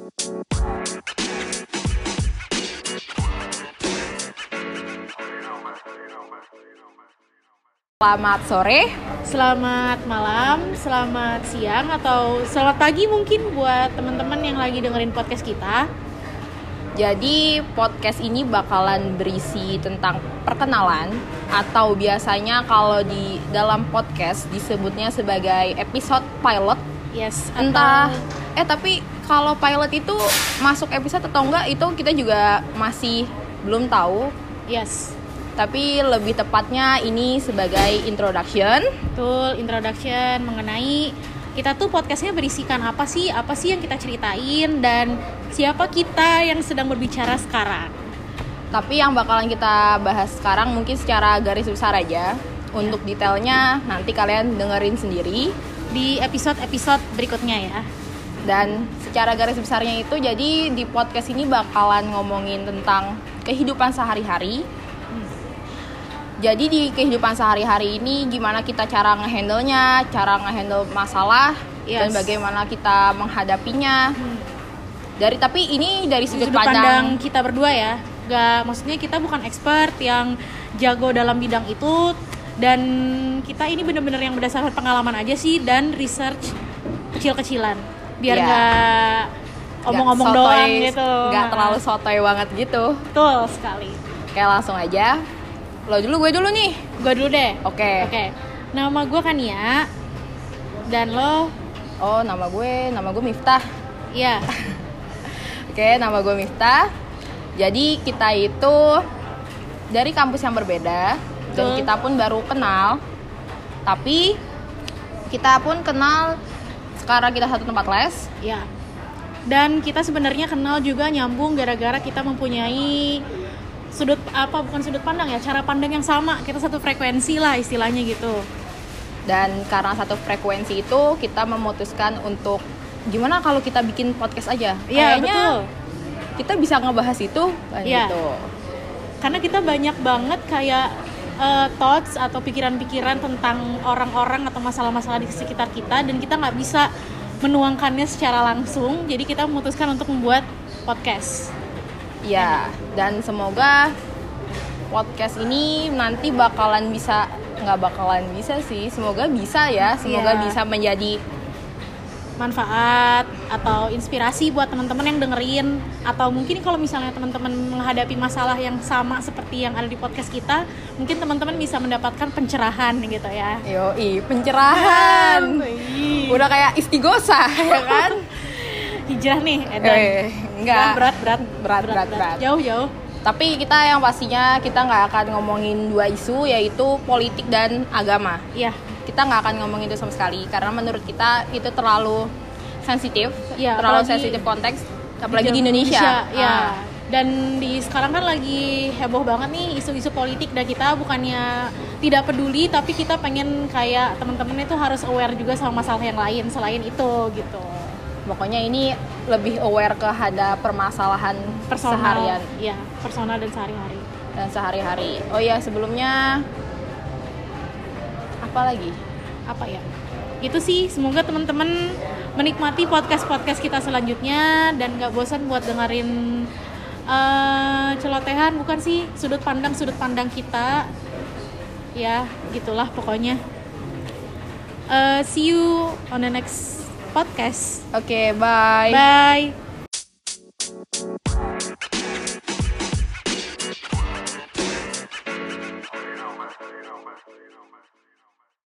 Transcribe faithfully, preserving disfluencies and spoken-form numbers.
Selamat sore, selamat malam, selamat siang, atau selamat pagi mungkin buat teman-teman yang lagi dengerin podcast kita. Jadi podcast ini bakalan berisi tentang perkenalan, atau biasanya kalau di dalam podcast disebutnya sebagai episode pilot. Yes, Entah, atau... eh tapi kalau pilot itu masuk episode atau enggak itu kita juga masih belum tahu. Yes. Tapi lebih tepatnya ini sebagai introduction. Betul, introduction mengenai kita tuh podcastnya berisikan apa sih, apa sih yang kita ceritain, dan siapa kita yang sedang berbicara sekarang. Tapi yang bakalan kita bahas sekarang mungkin secara garis besar aja. Untuk detailnya nanti kalian dengerin sendiri di episode-episode berikutnya ya. Dan secara garis besarnya itu, jadi di podcast ini bakalan ngomongin tentang kehidupan sehari-hari. Jadi di kehidupan sehari-hari ini gimana kita cara ngehandle-nya, cara ngehandle masalah, yes, dan bagaimana kita menghadapinya. Hmm. Dari tapi ini dari sudut, sudut pandang, pandang kita berdua ya. Gak, maksudnya kita bukan expert yang jago dalam bidang itu, dan kita ini benar-benar yang berdasarkan pengalaman aja sih dan research kecil-kecilan. Biar yeah. gak omong-omong gak doang sotoy, gitu. Gak terlalu sotoy banget gitu. Betul sekali. Oke, langsung aja. Lo dulu, gue dulu nih. Gue dulu deh. Oke. Okay. Oke. Okay. Nama gue Kania. Dan lo? Oh, nama gue, nama gue Miftah. Iya. Oke, okay, nama gue Miftah. Jadi kita itu dari kampus yang berbeda. Betul. Dan kita pun baru kenal. Tapi kita pun kenal sekarang kita satu tempat les. Iya. Dan kita sebenarnya kenal juga nyambung gara-gara kita mempunyai sudut apa bukan sudut pandang ya, cara pandang yang sama, kita satu frekuensi lah istilahnya gitu. Dan karena satu frekuensi itu kita memutuskan untuk gimana kalau kita bikin podcast aja. Iya, kayaknya betul. Kita bisa ngebahas itu kan ya. Gitu. Karena kita banyak banget kayak uh, thoughts atau pikiran-pikiran tentang orang-orang atau masalah-masalah di sekitar kita, dan kita nggak bisa menuangkannya secara langsung, jadi kita memutuskan untuk membuat podcast. Ya, dan semoga podcast ini nanti bakalan bisa, nggak bakalan bisa sih, semoga bisa ya, semoga yeah. bisa menjadi manfaat atau inspirasi buat teman-teman yang dengerin, atau mungkin kalau misalnya teman-teman menghadapi masalah yang sama seperti yang ada di podcast kita, mungkin teman-teman bisa mendapatkan pencerahan gitu ya. Yoi, pencerahan. Udah kayak istighosah ya kan? Hijrah nih, Edan. Eh, enggak. Berat, berat, berat, berat, berat. Jauh, jauh. Tapi kita yang pastinya kita nggak akan ngomongin dua isu, yaitu politik dan agama. Iya. Kita nggak akan ngomongin itu sama sekali, karena menurut kita itu terlalu sensitif, ya, terlalu sensitif konteks, apalagi di, di Indonesia. Indonesia ya. Ah. Dan di sekarang kan lagi heboh banget nih isu-isu politik, dan kita bukannya tidak peduli, tapi kita pengen kayak teman-teman itu harus aware juga sama masalah yang lain selain itu gitu. Pokoknya ini lebih aware kehadap permasalahan personal, seharian. Iya, personal dan sehari-hari. Dan sehari-hari. Oh iya, sebelumnya apa lagi? Apa ya? Itu sih, semoga teman-teman menikmati podcast-podcast kita selanjutnya dan gak bosan buat dengerin uh, celotehan, bukan sih, sudut pandang-sudut pandang kita. Ya, gitulah pokoknya. Uh, see you on the next podcast. Oke, okay, bye. Bye.